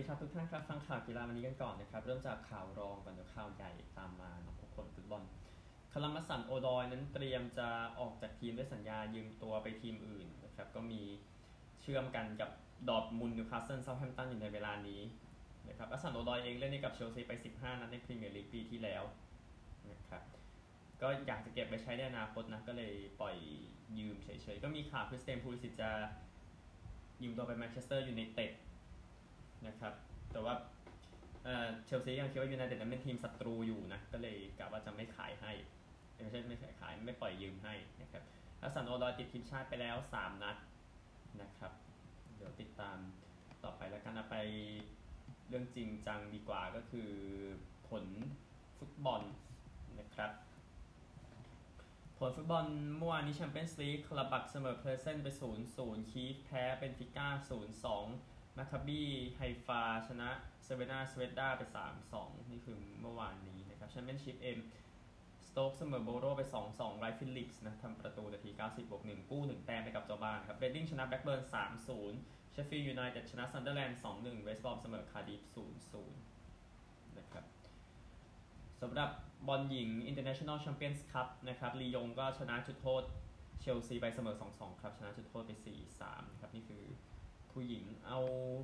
ดีครับทุกท่านครับฟังข่าวกีฬาวันนี้กันก่อนนะครับเริ่มจากข่าวรองก่อนเดี๋ยวข่าวใหญ่ตามมาเนาะผลฟุตบอลคาร์ลมัสสันโอดอยนั้นเตรียมจะออกจากทีมด้วยสัญญายืมตัวไปทีมอื่นนะครับก็มีเชื่อมกันกับดอร์ทมุนด์นิวคาสเซิลเซาท์แฮมป์ตันอยู่ในเวลานี้นะครับมัสสันโอดอยเองเล่นให้กับเชลซีไป15นัดในพรีเมียร์ลีกปีที่แล้วนะครับก็อยากจะเก็บไปใช้ในอนาคตนะก็เลยปล่อยยืมเฉยๆก็มีข่าวคริสเตียนพูลิสิตจะยืมตัวไปแมนเชสเตอร์ยูไนเต็ดนะครับแต่ว่าเชลซียังคิดว่ายูไนเต็ดนั้นเป็นทีมศัตรูอยู่นะก็เลยกะว่าจะไม่ขายให้ไม่ขายไม่ปล่อยยืมให้นะครับแล้วซันโอดอยติดทีมชาติไปแล้ว3นัดนะครับเดี๋ยวติดตามต่อไปแล้วกันไปเรื่องจริงจังดีกว่าก็คือผลฟุตบอลนะครับผลฟุตบอลเมื่อวานนี้แชมเปี้ยนส์ลีกคลับบักเสมอเพลเซนไป 0-0 คีฟแพ้เบนฟิก้า 0-2มาคาบี้ไฮฟาชนะเซเวนาสเวดดาไป 3-2 นี่คือเมื่อวานนี้นะครับแชมเปี้ยนชิพสโต๊กเสมอโบโรไป 2-2 ไรฟิลลิกส์นะทำประตูนาที 90+1 กู้ 1 แต้มไปกับเจ้าบ้านครับเรดดิ้งชนะแบล็กเบิร์น 3-0 เชฟฟิลด์ยูไนเต็ดชนะซันเดอร์แลนด์ 2-1 เวสต์บรอมเสมอคาร์ดิฟ 0-0 นะครับสำหรับบอลหญิง International Champions Cup นะครับลียงก็ชนะจุดโทษเชลซีไปเสมอ 2-2 ครับชนะจุดโทษไป 4-3 ครับนี่คือผู้หญิงเอา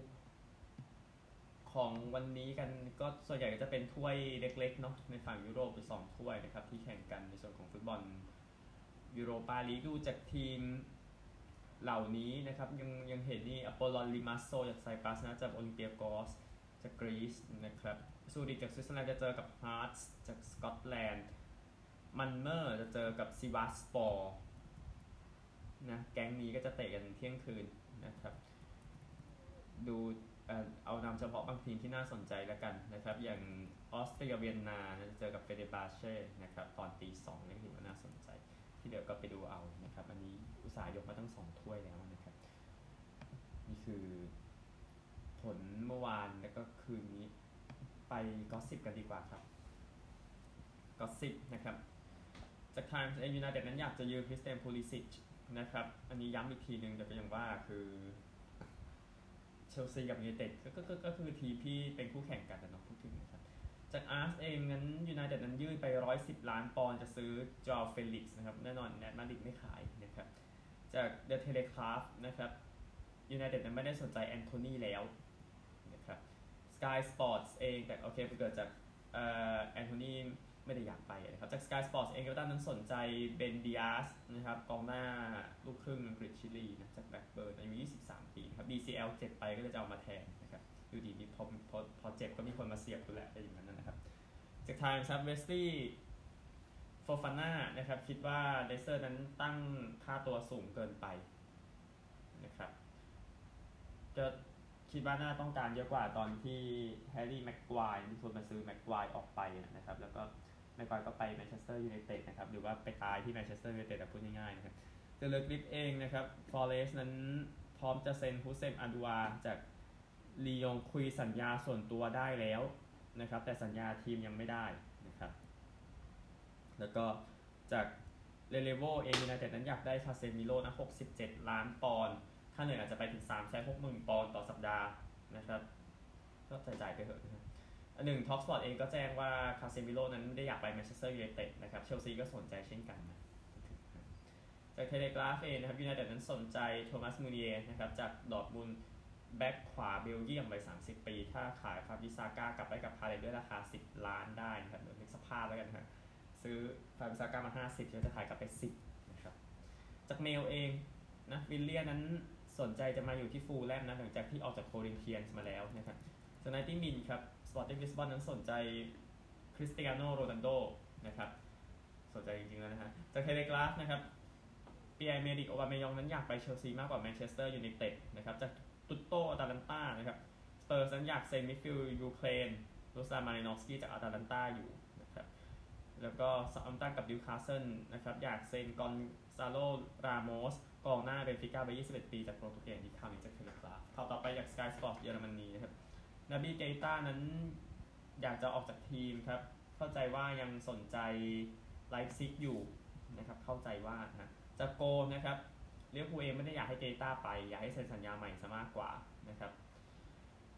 ของวันนี้กันก็ส่วนใหญ่ก็จะเป็นถ้วยเล็กๆเนาะในฝั่งยุโรปไป2ถ้วยนะครับที่แข่งกันในส่วนของฟุตบอลยูโรปาลีกดูจากทีมเหล่านี้นะครับยังเห็นนี่อโปโลนลิมาโซจากไซปรัสนะจากโอลิมเปียโกสจากกรีซนะครับซูริกจากสวิตเซอร์แลนด์จะเจอกับฮาร์ตส์จากสกอตแลนด์มันเมอร์จะเจอกับซิวาสปอร์นะแก๊งนี้ก็จะเตะกันเที่ยงคืนนะครับดูเอานำเฉพาะบางทีมที่น่าสนใจแล้วกันนะครับอย่างออสเตรียเวียนนาจะเจอกับเฟเดบาเช่นะครับตอนตี 2นี่ถือว่าน่าสนใจที่เดี๋ยวก็ไปดูเอานะครับอันนี้อุตสาหยกมาตั้ง2ถ้วยแล้วนะครับนี่คือผลเมื่อวานแล้วก็คืนนี้ไปก็อสซิปกันดีกว่าครับก็อสซิปนะครับจากทางยูไนเต็ดนั้นอยากจะยืมคริสเตียนพูลิซิชนะครับอันนี้ย้ำอีกทีนึงแต่ก็ยังว่าคือเชลซีกับยูไนเต็ดก็คือทีมที่เป็นคู่แข่งกันนะพูดถึงนะครับจากอาร์เองนั้นยูไนเต็ดนั้นยื่นไป110 ล้านปอนด์จะซื้อจอร์เฟลิกซ์นะครับแน่นอนแนทมาดริดไม่ขายนะครับจากเดอะเทเลกราฟนะครับยูไนเต็ดนั้นไม่ได้สนใจแอนโทนีแล้วนะครับ Sky Sports เองแต่โอเคเกิดจากแอนโทนีไม่ได้อยากไปนะครับจาก Sky Sports เองก็นั้นสนใจเบนดิอาสนะครับกองหน้าลูกครึ่งอังกฤษชิลีนะจากแบล็กเบิร์นอายุ23 ปีครับ DCL เจ็บไปก็เลยจะเอามาแทนนะครับอยู่ดีนี่พอเจ็บก็มีคนมาเสียบดูแลอะไรอย่างนั้นนะครับจากทางซับเวสตี้โฟฟาน่านะครับคิดว่าเลสเตอร์นั้นตั้งค่าตัวสูงเกินไปนะครับจะคิดว่าน่าต้องการเยอะกว่าตอนที่แฮร์รี่แม็กควายมีคนมาซื้อแม็กควายออกไปนะครับแล้วก็แม็กควายก็ไปแมนเชสเตอร์ยูไนเต็ดนะครับหรือว่าไปตายที่แมนเชสเตอร์ยูไนเต็ดพูดง่ายๆนะครับเจเลอร์กริฟเองนะครับฟอเรสต์นั้นพร้อมจะเซ็นฮุเซมอันดูอาจากลียงคุยสัญญาส่วนตัวได้แล้วนะครับแต่สัญญาทีมยังไม่ได้นะครับแล้วก็จากเรเลโวเองยูไนเต็ดนั้นอยากได้คาเซมิโร่นะ67 ล้านปอนด์ค่าเหนื่อยอาจจะไปถึง 360,000 ปอนด์ต่อสัปดาห์นะครับก็จ่ายไปเถอะนะครับอันหนึ่งท็อปสปอร์ตเองก็แจ้งว่าคาเซมิโร่นั้นไม่ได้อยากไปแมนเชสเตอร์ยูไนเต็ดนะครับเชลซีก็สนใจเช่นกันนะจากเทเลกราฟเองนะครับยูไนเต็ดนั้นสนใจโทมัสมูเนียนะครับจากดอร์ทมุนด์แบ็คขวาเบลเยียมวัย30 ปีถ้าขายฟาบิซาก้ากลับได้กับพาเลตด้วยราคา10 ล้านได้นะครับเดี๋ยวนึกสภาพแล้วกันครับซื้อฟาบิซาก้ามา50จะขายกลับไป10นะครับจากเมลเองนะวิลเลียนนั้นสนใจจะมาอยู่ที่ฟูลแลมนะหลังจากที่ออกจากโครินเทียนส์มาแล้วนะครับจากไนติมินครับสปอร์ติ้งลิสบอนนั้นสนใจคริสเตียโนโรนัลโดนะครับสนใจจริงๆแล้วนะฮะจากเทเลกราฟนะครับปีไอเมริกโอบาเมยองนั้นอยากไปเชลซีมากกว่าแมนเชสเตอร์ยูไนเต็ดนะครับจากตุตโตอาตาลันตานะครับสเปอร์นั้นอยากเซ็นมิดฟิลด์ยูเครนลูซามารินอฟสกี้จากอาตาลันตาอยู่นะครับแล้วก็ซาอัมตันกับดิวคาสเซิลนะครับอยากเซ็นกอนซาโลรามอสกองหน้าเบนฟิก้าไป21 ปีจากโปรตุเกสที่ข่าวนี้จากเทเลกราฟข่าวต่อไปจาก Sky Sports เยอรมนีนะครับนาบีเกต้านั้นอยากจะออกจากทีมครับเข้าใจว่ายังสนใจไลฟ์ซิกอยู่นะครับเข้าใจว่านะจากโกนะครับเลี้ยวภูเองไม่ได้อยากให้เกต้าไปอยากให้เซ็นสัญญาใหม่ซะมากกว่านะครับ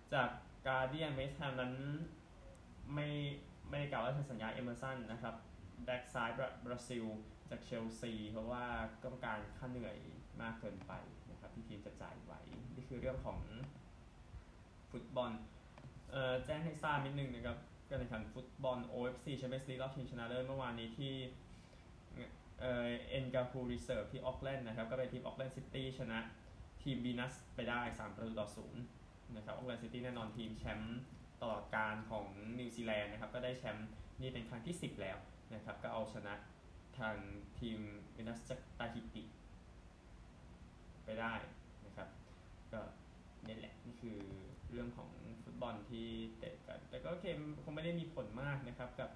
จากการ์เดียนเวสต์แฮมนั้นไม่ไม่ได้กล่าวว่าเซ็นสัญญาเอเมอร์สันนะครับแบ็กซ้ายบราซิลจากเชลซีเพราะว่าต้องการค่าเหนื่อยมากเกินไปนะครับที่ทีมจะจ่ายไหวนี่คือเรื่องของฟุตบอลแจ้งให้ทราบนิดนึงนะครับการแข่งขันฟุตบอล OFC Champions League รอบชิงชนะเลิศเมื่อวานนี้ที่เอ็นกาฮูรีเซิร์ฟที่ออกแลนด์นะครับก็เป็นทีมออกแลนด์ซิตี้ชนะทีมวีนัสไปได้3-0นะครับออกแลนด์ซิตี้แน่นอนทีมแชมป์ตลอดการของนิวซีแลนด์นะครับก็ได้แชมป์นี่เป็นครั้งที่10แล้วนะครับก็เอาชนะทางทีมวีนัสจากตาฮิติไปได้นะครับก็นี่แหละนี่คือเรื่องของฟุตบอลที่เตะกันแต่ก็เกมคงไม่ได้มีผลมากนะครับกับ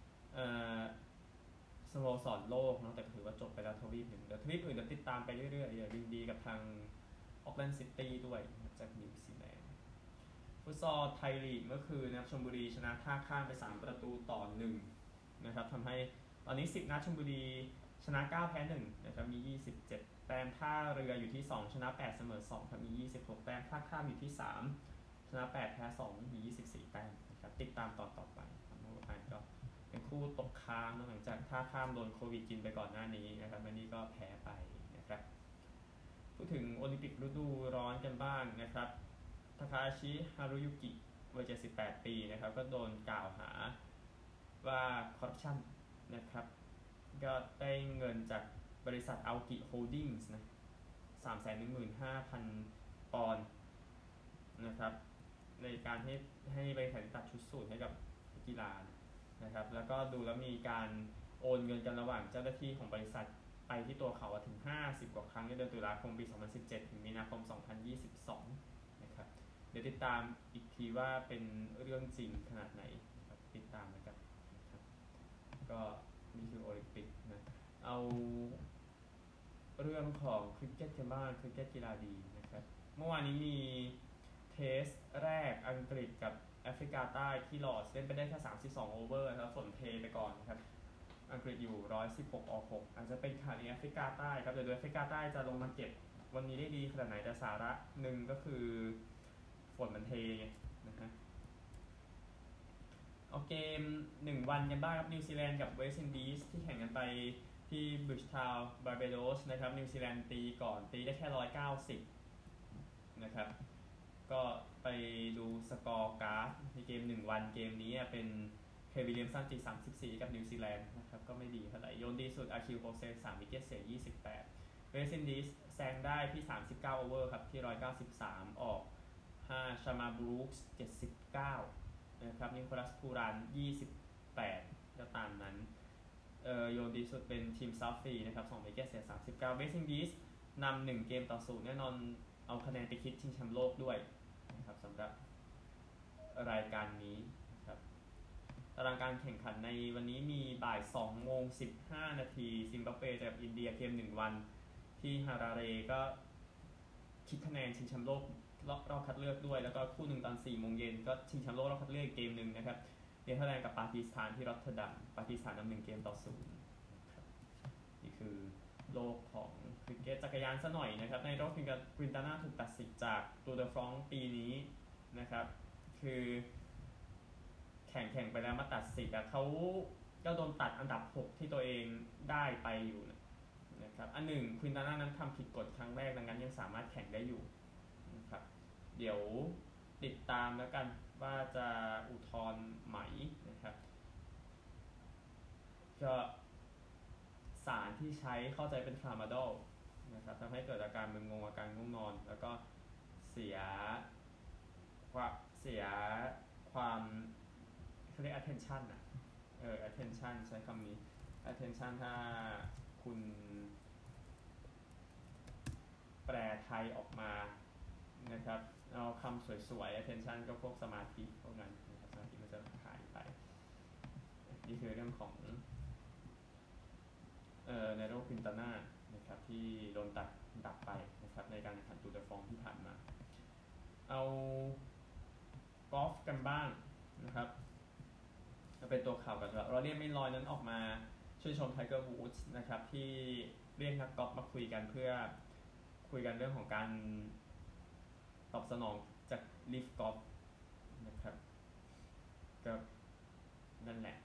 สโมสรโลกเนาะแต่ถือว่าจบไปแล้วทวีปหนึ่งเดี๋ยวทวีปอื่นจะติดตามไปเรื่อยๆอย่าลืมดีกับทางออกแลนด์ซิตี้ด้วยจากนิวซีแลนด์ฟุตซอลไทยลีกเมื่อคืนนะครับชลบุรีชนะท่าข้ามไป3-1นะครับทำให้ตอนนี้10นัดชลบุรีชนะ9แพ้1นะครับมี27แต้มท่าเรืออยู่ที่2ชนะ8เสมอ2ครับมี26แต้มท่าข้ามอยู่ที่3ชนะ8แพ้2มี24แต้มนะครับติดตามต่อไปเมื่อวานก็เป็นคู่ตกค้างหลังจากท่าข้ามโดนโควิดกินไปก่อนหน้านี้นะครับวันนี้ก็แพ้ไปนะครับพูดถึงโอลิมปิกฤดูร้อนกันบ้างนะครับทาคาชิฮารุยุกิวัย78ปีนะครับก็โดนกล่าวหาว่าคอร์รัปชันนะครับก็ได้เงินจากบริษัทอัลกิโฮลดิ้งส์นะ315,000 ปอนด์นะครับในการให้บริษัทตัดชุดสูทให้กับกีฬานะครับแล้วก็ดูแล้วมีการโอนเงินกันระหว่างเจ้าหน้าที่ของบริษัทไปที่ตัวเขาถึง50กว่าครั้งในเดือนตุลาคมปี2017ถึงมีนาคม2022นะครับเดี๋ยวติดตามอีกทีว่าเป็นเรื่องจริงขนาดไหนนะครับติดตามนะครับก็นี่คือโอลิมปิกนะเอาเรื่องของคริกเก็ตกันบ้างคริกเก็ตกีฬาดีนะครับเมื่อวานนี้มีเทสแรกอังกฤษกับแอฟริกาใต้ที่ลอร์ดเล่นไปได้แค่32โอเวอร์แล้วฝนเทไปก่อนนะครับอังกฤษอยู่116ออก6อาจจะเป็นข่าวในแอฟริกาใต้ครับเดี๋ยวแอฟริกาใต้จะลงมาเก็บวันนี้ได้ดีขนาดไหนแต่สาระหนึ่งก็คือฝนมันเทนะฮะเอาเกม1วันกันบ้างครับนิวซีแลนด์กับเวสต์อินดีสที่แข่งกันไปที่บริดจ์ทาวน์บาร์เบโดสนะครับนิวซีแลนด์ตีก่อนตีได้แค่190นะครับก็ไปดูสกอร์การ์ดในเกม1วันเกมนี้เป็นเควิลเลียมสันตี34กับนิวซีแลนด์นะครับก็ไม่ดีเท่าไหร่โยนดีสุดอาคิวโฮเซ3วิกเก็ตเสีย28เวสต์อินดีสแซงได้ที่39โอเวอร์ครับที่193ออก5ชามาบรูคส์79นะครับนิโคลัสพูราน28ก็ตามนั้นโยนดีสุดเป็นทีมซาฟีนะครับ2วิกเก็ตเสีย39เวสต์อินดีสนำ1เกมต่อ0แน่นอนเอาคะแนนไปคิดชิงแชมป์โลกด้วยนะครับสำหรับรายการนี้นะครับตารางการแข่งขันในวันนี้มีบ่าย2:15 นาทีซิมบับเวเจอกับอินเดียเกม1วันที่ฮาราเรก็คิดคะแนนชิงแชมป์โลกรอบคัดเลือกด้วยแล้วก็คู่หนึ่งตอน4 โมงเย็นก็ชิงแชมป์โลกรอบคัดเลือกเกมหนึ่งนะครับเนเธอร์แลนด์กับปากีสถานที่รอตเทอร์ดัมปากีสถานนำ1เกมต่อ0นะครับนี่คือโลกของคริกเก็ตจักรยานซะหน่อยนะครับในรอบกวินตาน่าถูกตัดสิทธิ์จากตูร์เดอฟรองซ์ปีนี้นะครับคือแข่งไปแล้วมาตัดสิทธิ์เขาก็โดนตัดอันดับ6ที่ตัวเองได้ไปอยู่นะครับอันหนึ่งควินตาน่านั้นทำผิดกฎครั้งแรกดังนั้นยังสามารถแข่งได้อยู่นะครับเดี๋ยวติดตามแล้วกันว่าจะอุทธรณ์ไหมนะครับก็สารที่ใช้เข้าใจเป็นทรามาดอลนะครับทำให้เกิดอาการมึนงงอาการง่วงนอนแล้วก็เสียความเขาเรียก attention attention ใช้คำนี้ attention ถ้าคุณแปลไทยออกมานะครับเอาคำสวยๆ attention ก็พวกสมาธิพวกนั้นนะครับสมาธิมันจะหายไปนี่คือเรื่องของในโรคควินตาน่านะครับที่โดนตัดดับไปนะครับในการแข่งขันตูร์เดอฟรองซ์ที่ผ่านมาเอากอล์ฟกันบ้างนะครับเป็นตัวข่าวกันเราเรียกไม่ลอยนั้นออกมาชื่นชมไทเกอร์วูดส์นะครับที่เรียกนักกอล์ฟมาคุยกันเพื่อคุยกันเรื่องของการตอบสนองจากลีฟกอล์ฟนะครับก็นั่นแหละ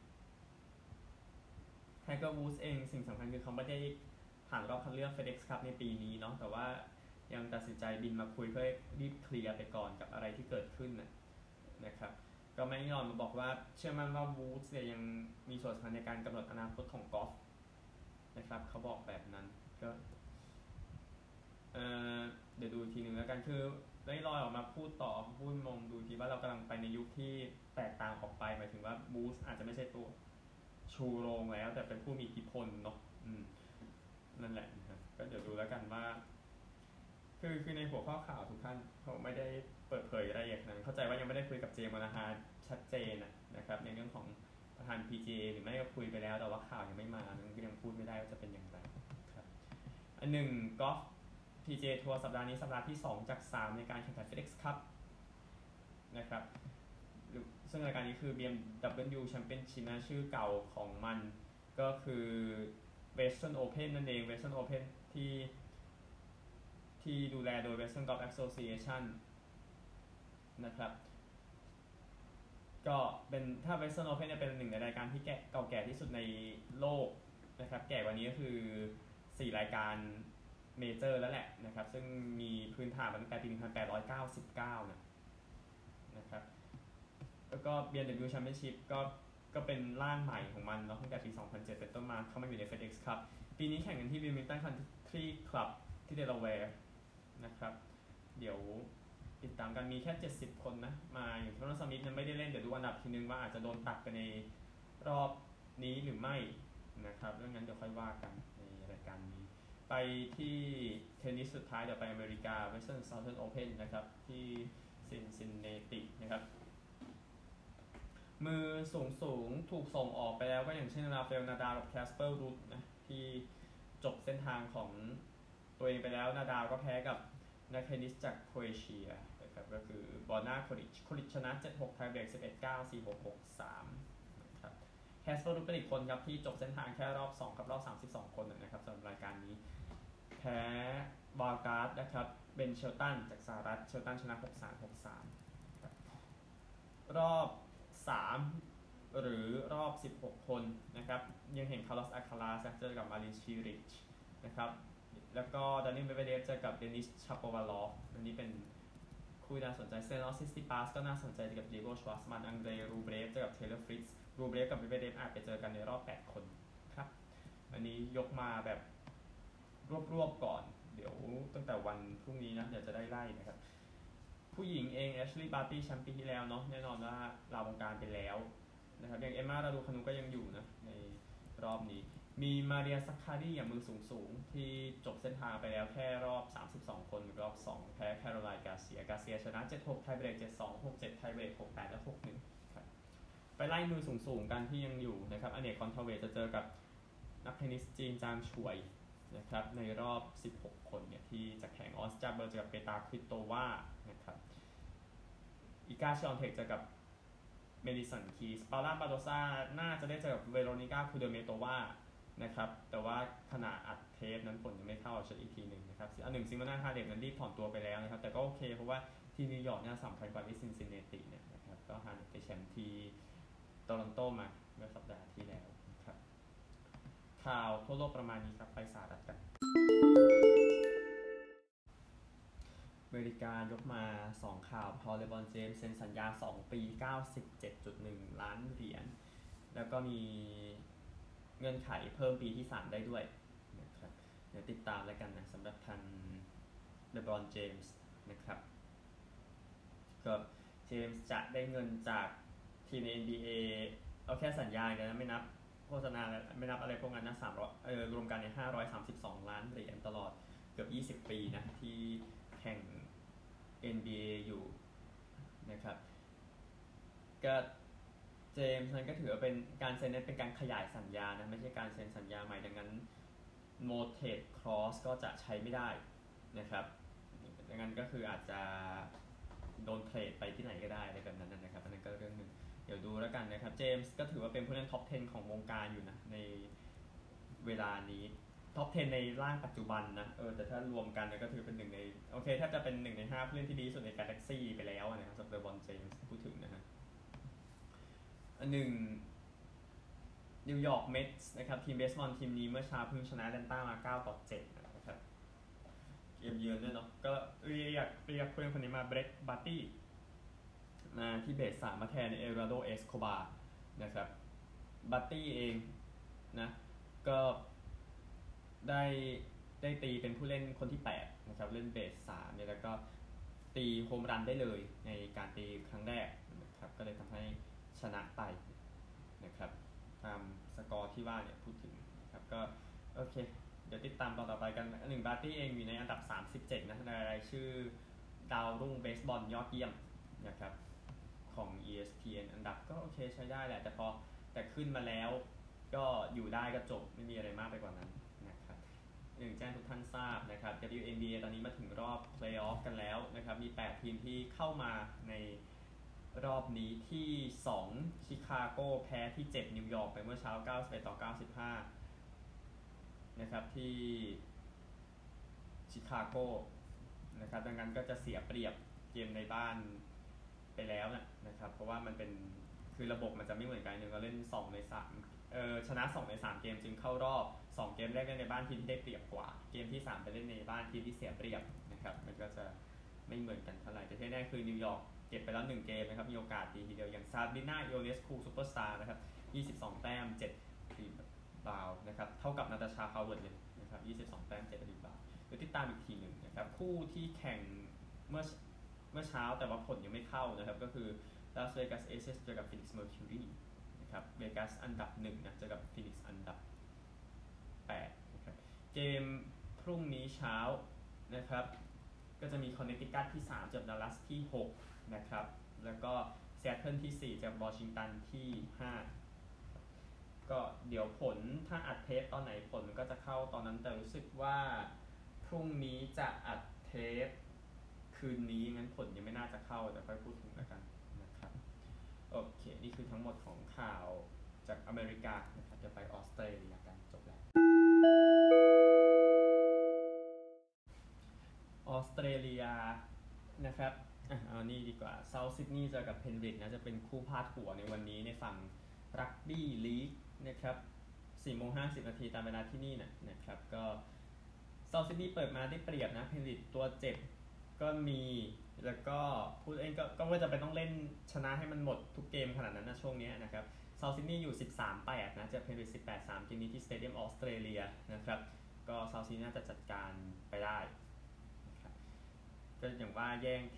ไทเกอร์วูดส์เองสิ่งสำคัญคือเขาไม่ได้ผ่านรอบคัดเลือก FedEx Cup ในปีนี้เนาะแต่ว่ายังตัดสินใจบินมาคุยเพื่อรีบเคลียร์ไปก่อนกับอะไรที่เกิดขึ้นนะครับก็ไม่ยอมมาบอกว่าเชื่อมั่นว่าวูดส์เนี่ยยังมีส่วนสำคัญในการกำหนดอนาคตของกอล์ฟนะครับเขาบอกแบบนั้นก็เดี๋ยวดูทีนึงแล้วกันคือได้ลอยออกมาพูดต่อพูดมองดูทีว่าเรากำลังไปในยุคที่แตกต่างออกไปหมายถึงว่าวูดส์อาจจะไม่ใช่ตัวชูโรงแล้วแต่เป็นผู้มีอิทธิพลเนาะนั่นแหละนะครับก็เดี๋ยวดูแล้วกันว่าคือในหัวข้อข่าวทุกท่านเขาไม่ได้เปิดเผยรายละเอียดนั้นเข้าใจว่ายังไม่ได้คุยกับเจมส์นาฮาชัดเจนนะครับในเรื่องของประธาน PGA หรือไม่ก็คุยไปแล้วแต่ว่าข่าวยังไม่มานั้นก็ยังพูดไม่ได้ว่าจะเป็นอย่างไรครับอันหนึ่งกอล์ฟ PGA ทัวร์สัปดาห์นี้สัปดาห์ที่2จาก3ในการแข่งขัน FedEx Cup นะครับซึ่งรายการนี้คือ BMW Championship นะชื่อเก่าของมันก็คือ Western Open นั่นเอง Western Open ที่ดูแลโดย Western Golf Association นะครับก็เป็นถ้า Western Open เนี่ยเป็นหนึ่งในรายการที่เก่าแก่ที่สุดในโลกนะครับแก่กว่านี้ก็คือ4รายการเมเจอร์แล้วแหละนะครับซึ่งมีพื้นฐานมาตั้งแต่ปี 1899 นะครับแล้วก็ BMW Championship ก็เป็นร่างใหม่ของมันเนาะตั้งแต่ปี 2007 เป็นต้นมาเข้ามาอยู่ใน FedEx Cup ปีนี้แข่งกันที่ Wilmington Country Club ที่เดลาแวร์นะครับเดี๋ยวติดตามกันมีแค่70คนนะมาอย่างที่โรนสมิธยังไม่ได้เล่นเดี๋ยวดูอันดับทีนึงว่าอาจจะโดนตัดไปในรอบนี้หรือไม่นะครับเรื่องนั้นเดี๋ยวค่อยว่ากันในรายการนี้ไปที่เทนนิสสุดท้ายเดี๋ยวไปอเมริกา Western Southern Open นะครับที่ซินซินเนตินะครับมือสูงถูกส่งออกไปแล้วก็อย่างเช่นราฟาเอลนาดาลกับแคสเปอร์รูทนะที่จบเส้นทางของตัวเองไปแล้วนาดาลก็แพ้กับนักเทนนิสจากโครเอเชียนะครับก็คือบอร์นาโคลิชชนะ 7-6 ไทยเบรก 11-9 4-6 6-3 นะครับแคสเปอร์รูทเป็นอีกคนครับที่จบเส้นทางแค่รอบ2กับรอบ32คนนะครับสำหรับรายการนี้แพ้บาร์การ์ดนะครับเบนเชลตันจากสหรัฐเชลตันชนะ 6-3 6-3 รอบ3หรือรอบ16คนนะครับยังเห็นคาร์ลอสอาคาลาสเจอกับมารินชิริชนะครับแล้วก็ดานิลเมเวเดฟเจอกับเดนิสชาโปวาลอฟอันนี้เป็นคู่น่าสนใจเซนอสซิสติปาสก็น่าสนใจเจอกับเดโกชวาสมันอังเดรรูเบรฟเจอกับเทเลอร์ฟริตซ์รูเบรฟกับเมเวเดฟอาจไปเจอกันในรอบ8คนครับอันนี้ยกมาแบบรวบก่อนเดี๋ยวตั้งแต่วันพรุ่งนี้นะเดี๋ยวจะได้ไล่นะครับผู้หญิงเองแอชลีย์บาร์ตี้แชมป์ปีที่แล้วเนาะแน่นอนว่าลาวงการไปแล้วนะครับอย่างเอมมาราดูคานุก็ยังอยู่นะในรอบนี้มีมาเรียซักคารีอย่างมือสูงที่จบเส้นทางไปแล้วแค่รอบ32คนรอบ2แพ้แคโรไลน์กาเซียชนะ 7-6 ไทยเบรก 7-2 6-7 ไทยเบรก 6-8 และ 6-1 ครับไปไล่มือสูงกันที่ยังอยู่นะครับอเนกคอนทาเวจะเจอกับนักเทนนิสจีนจางช่วยนะครับในรอบ16คนเนี่ยที่จะแข่งออสจาเบอร์เจอกับเปตาควิโตวานะครับอีกาชอนเทคเจอกับเมดิสันคีสปาล่าบาโดซาน่าจะได้เจอกับเวโรนิก้าคูเดเมโตวานะครับแต่ว่าขณะอัดเทปนั้นผลยังไม่เข้าเช็คอีกทีหนึ่งนะครับอันหนึ่งซิมอนาฮาเดกนั้นรีบถอนตัวไปแล้วนะครับแต่ก็โอเคเพราะว่าที่นิวยอร์กเนี่ยสำคัญกว่าที่ซินซินเนติเนี่ยนะครับก็ฮาเดกไปแชมป์ที่โตลอนโตมาเมื่อสัปดาห์ที่แล้วครับข่าวทั่วโลกประมาณนี้ครับไปสหรัฐกันอเมริกายกมา2ข่าวพอเลบอนเจมส์เซ็นสัญญา2 ปี 97.1 ล้านเหรียญแล้วก็มีเงื่อนไขเพิ่มปีที่3ได้ด้วยนะครับเดี๋ยวติดตามแล้วกันนะสำหรับทางเลบรอนเจมส์นะครับก็เจมส์จะได้เงินจากทีม NBA เอาแค่สัญญาเนี่ยนะไม่นับโฆษณาไม่นับอะไรพวกนั้นนะ300รวมกันใน532 ล้านเหรียญตลอดเกือบ20 ปีนะที่แข่ง NBA อยู่นะครับก็เจมส์นั้นก็ถือว่าเป็นการเซ็นนั้นเป็นการขยายสัญญานะไม่ใช่การเซ็นสัญญาใหม่ดังนั้นโมเทดคลอสก็จะใช้ไม่ได้นะครับดังนั้นก็คืออาจจะโดนเทรดไปที่ไหนก็ได้อะไรแบบนั้นนะครับอันนั้นก็เรื่องหนึ่งเดี๋ยวดูแล้วกันนะครับเจมส์ก็ถือว่าเป็นผู้เล่นท็อป 10 ของวงการอยู่นะในเวลานี้ท็อป 10 ในร่างปัจจุบันนะแต่ถ้ารวมกันก็ถือเป็นหนึ่งในโอเคถ้าจะเป็น1 ใน 5ผู้เล่นที่ดีที่สุดในกาแล็กซี่ไปแล้วนะครับสำหรับเลบรอนเจมส์พูดถึงนะฮะอันหนึ่งนิวยอร์กเมทส์นะครับทีมเบสบอลทีมนี้เมื่อเช้าเพิ่งชนะแอตแลนต้ามา9-7นะครับเกมเยือนด้วยเนาะก็เรียกเพื่อนคนนี้มาเบรดบัตตี้มาที่เบส3มาแทนเอราโดเอสโคบานะครับบัตตี้เองนะก็ได้ตีเป็นผู้เล่นคนที่8นะครับเล่นเบส3เนี่ยแล้วก็ตีโฮมรันได้เลยในการตีครั้งแรกนะครับก็เลยทำให้ชนะไปนะครับตามสกอร์ที่ว่าเนี่ยพูดถึงนะครับก็โอเคเดี๋ยวติดตามตอนต่อไปกันหนึ่งบาร์ตี้เองอยู่ในอันดับ37นะในรายชื่อดาวรุ่งเบสบอลยอดเยี่ยมนะครับของ ESPN อันดับก็โอเคใช้ได้แหละแต่ขึ้นมาแล้วก็อยู่ได้ก็จบไม่มีอะไรมากไปกว่านั้นนะครับแจ้งทุกท่านทราบนะครับ WNBA ตอนนี้มาถึงรอบ Playoff กันแล้วนะครับมี8ทีมที่เข้ามาในรอบนี้ที่2ชิคาโกแพ้ที่7นิวยอร์กไปเมื่อเช้า91-95นะครับที่ชิคาโกนะครับดังนั้นก็จะเสียเปรียบเกมในบ้านไปแล้วนะครับเพราะว่ามันเป็นคือระบบมันจะไม่เหมือนกันเราเล่น2 ใน 3ชนะ2 ใน 3เกมจึงเข้ารอบ2เกมแรกเล่นในบ้านทีมที่ได้เปรียบกว่าเกมที่3ไปเล่นในบ้านทีมที่เสียเปรียบนะครับมันก็จะไม่เหมือนกันเท่าไหร่แต่ที่แน่คือนิวยอร์กเก็บไปแล้ว1เกมนะครับมีโอกาสดีทีเดียวอย่างซาบิน่าอิโอเลสคูซูเปอร์สตาร์นะครับ22แต้ม7รีบาวนะครับเท่ากับนาตาชาฮาวเวิร์ดเลยนะครับ22แต้ม7รีบาวเดี๋ยวติดตามอีกทีหนึ่งนะครับคู่ที่แข่งเมื่อเช้าแต่ว่าผลยังไม่เข้านะครับก็คือลาสเวกัสเอเซสเจอกับฟินิกซ์เมอร์คิวรีนะครับเวกัสอันดับ1นะเจอกับฟินิกซ์อันดับ8นะครับเกมพรุ่งนี้เช้านะครับก็จะมีคอนเนตทิคัตที่3เจอกับดัลลัสที่6นะครับแล้วก็ซีแอตเทิลที่4เจอกับวอชิงตันที่5ก็เดี๋ยวผลถ้าอัดเทปตอนไหนผลมันก็จะเข้าตอนนั้นแต่รู้สึกว่าพรุ่งนี้จะอัดเทปคืนนี้งั้นผลยังไม่น่าจะเข้าแต่ค่อยพูดถึงแล้วกันนะครับโอเคนี่คือทั้งหมดของข่าวจากอเมริกานะครับจะไปออสเตรเลียกันจบแล้วออสเตรเลียนะครับเอานี่ดีกว่าเซาท์ซิดนีย์เจอกับเพนบริดจ์นะจะเป็นคู่พาดหัวในวันนี้ในฝั่งรักบี้ลีกนะครับ 4:50 นาทีตามเวลาที่นี่นะครับก็เซาท์ซิดนีย์เปิดมาได้เปรียบนะเพนบริดจ์ตัวเจ็บก็มีแล้วก็พูดเองก็ว่าจะไปต้องเล่นชนะให้มันหมดทุกเกมขนาดนั้นนะช่วงนี้นะครับเซาท์ซิดนีย์อยู่ 13-8 นะเจอเพนบริดจ์ 18-3 เกมนี้ที่สเตเดียมออสเตรเลียนะครับก็เซาท์ซิดนีย์น่าจะจัดการไปได้นะครับก็อย่างว่าแย่ง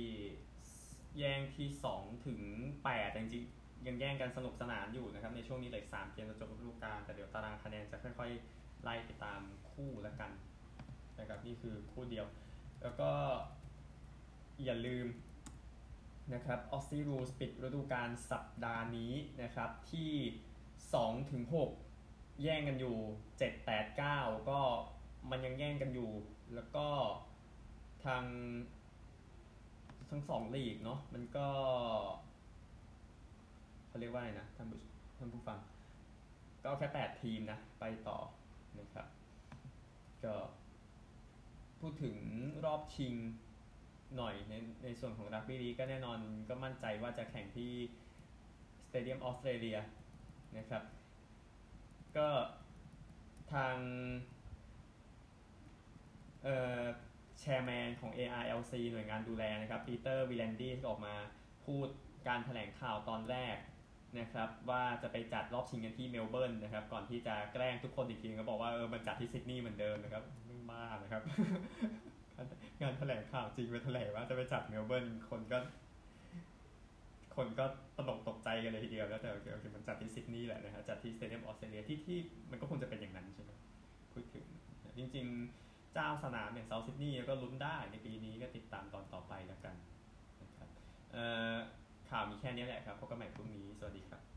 ที่2ถึง8จริงๆยังแย่งกันสนุกสนานอยู่นะครับในช่วงนี้เหลือ3เกมจะจบฤดูกาลแต่เดี๋ยวตารางคะแนนจะค่อยๆไล่ไปตามคู่ละกันนะครับนี่คือคู่เดียวแล้วก็อย่าลืมนะครับออสซี่รูสปิดฤดูกาลสัปดาห์นี้นะครับที่2ถึง6แย่งกันอยู่7 8 9ก็มันยังแย่งกันอยู่แล้วก็ทั้ง2ลีกเนาะมันก็เขาเรียกว่าอะไรนะท่านผู้ฟังก็แค่8ทีมนะไปต่อนะครับก็พูดถึงรอบชิงหน่อยในส่วนของรักบี้ลีกก็แน่นอนก็มั่นใจว่าจะแข่งที่สเตเดียมออสเตรเลียนะครับก็ทางแชร์แมนของ ARLC หน่วยงานดูแลนะครับปีเตอร์วิลแลนดี้ก็ออกมาพูดการแถลงข่าวตอนแรกนะครับว่าจะไปจัดรอบชิงกันที่เมลเบิร์นนะครับก่อนที่จะแกล้งทุกคนอีกทีก็บอกว่ามันจัดที่ซิดนีย์เหมือนเดิมนะครับไม่มากนะครับ งานแถลงข่าวจริงไปแถลงว่าจะไปจัดเมลเบิร์นคนก็ตกใจกันเลยทีเดียวแล้วแต่โอเคมันจัดที่ซิดนีย์แหละนะครับจัดที่สเตเดียมออสเตรเลียที่มันก็คงจะเป็นอย่างนั้นใช่ไหมพูดถึงจริงๆเจ้าสนามอย่างเซาท์ซิดนีย์ก็ลุ้นได้ในปีนี้ก็ติดตามตอนต่อไปแล้วกันนะครับข่าวมีแค่นี้แหละครับพบกันใหม่พรุ่งนี้สวัสดีครับ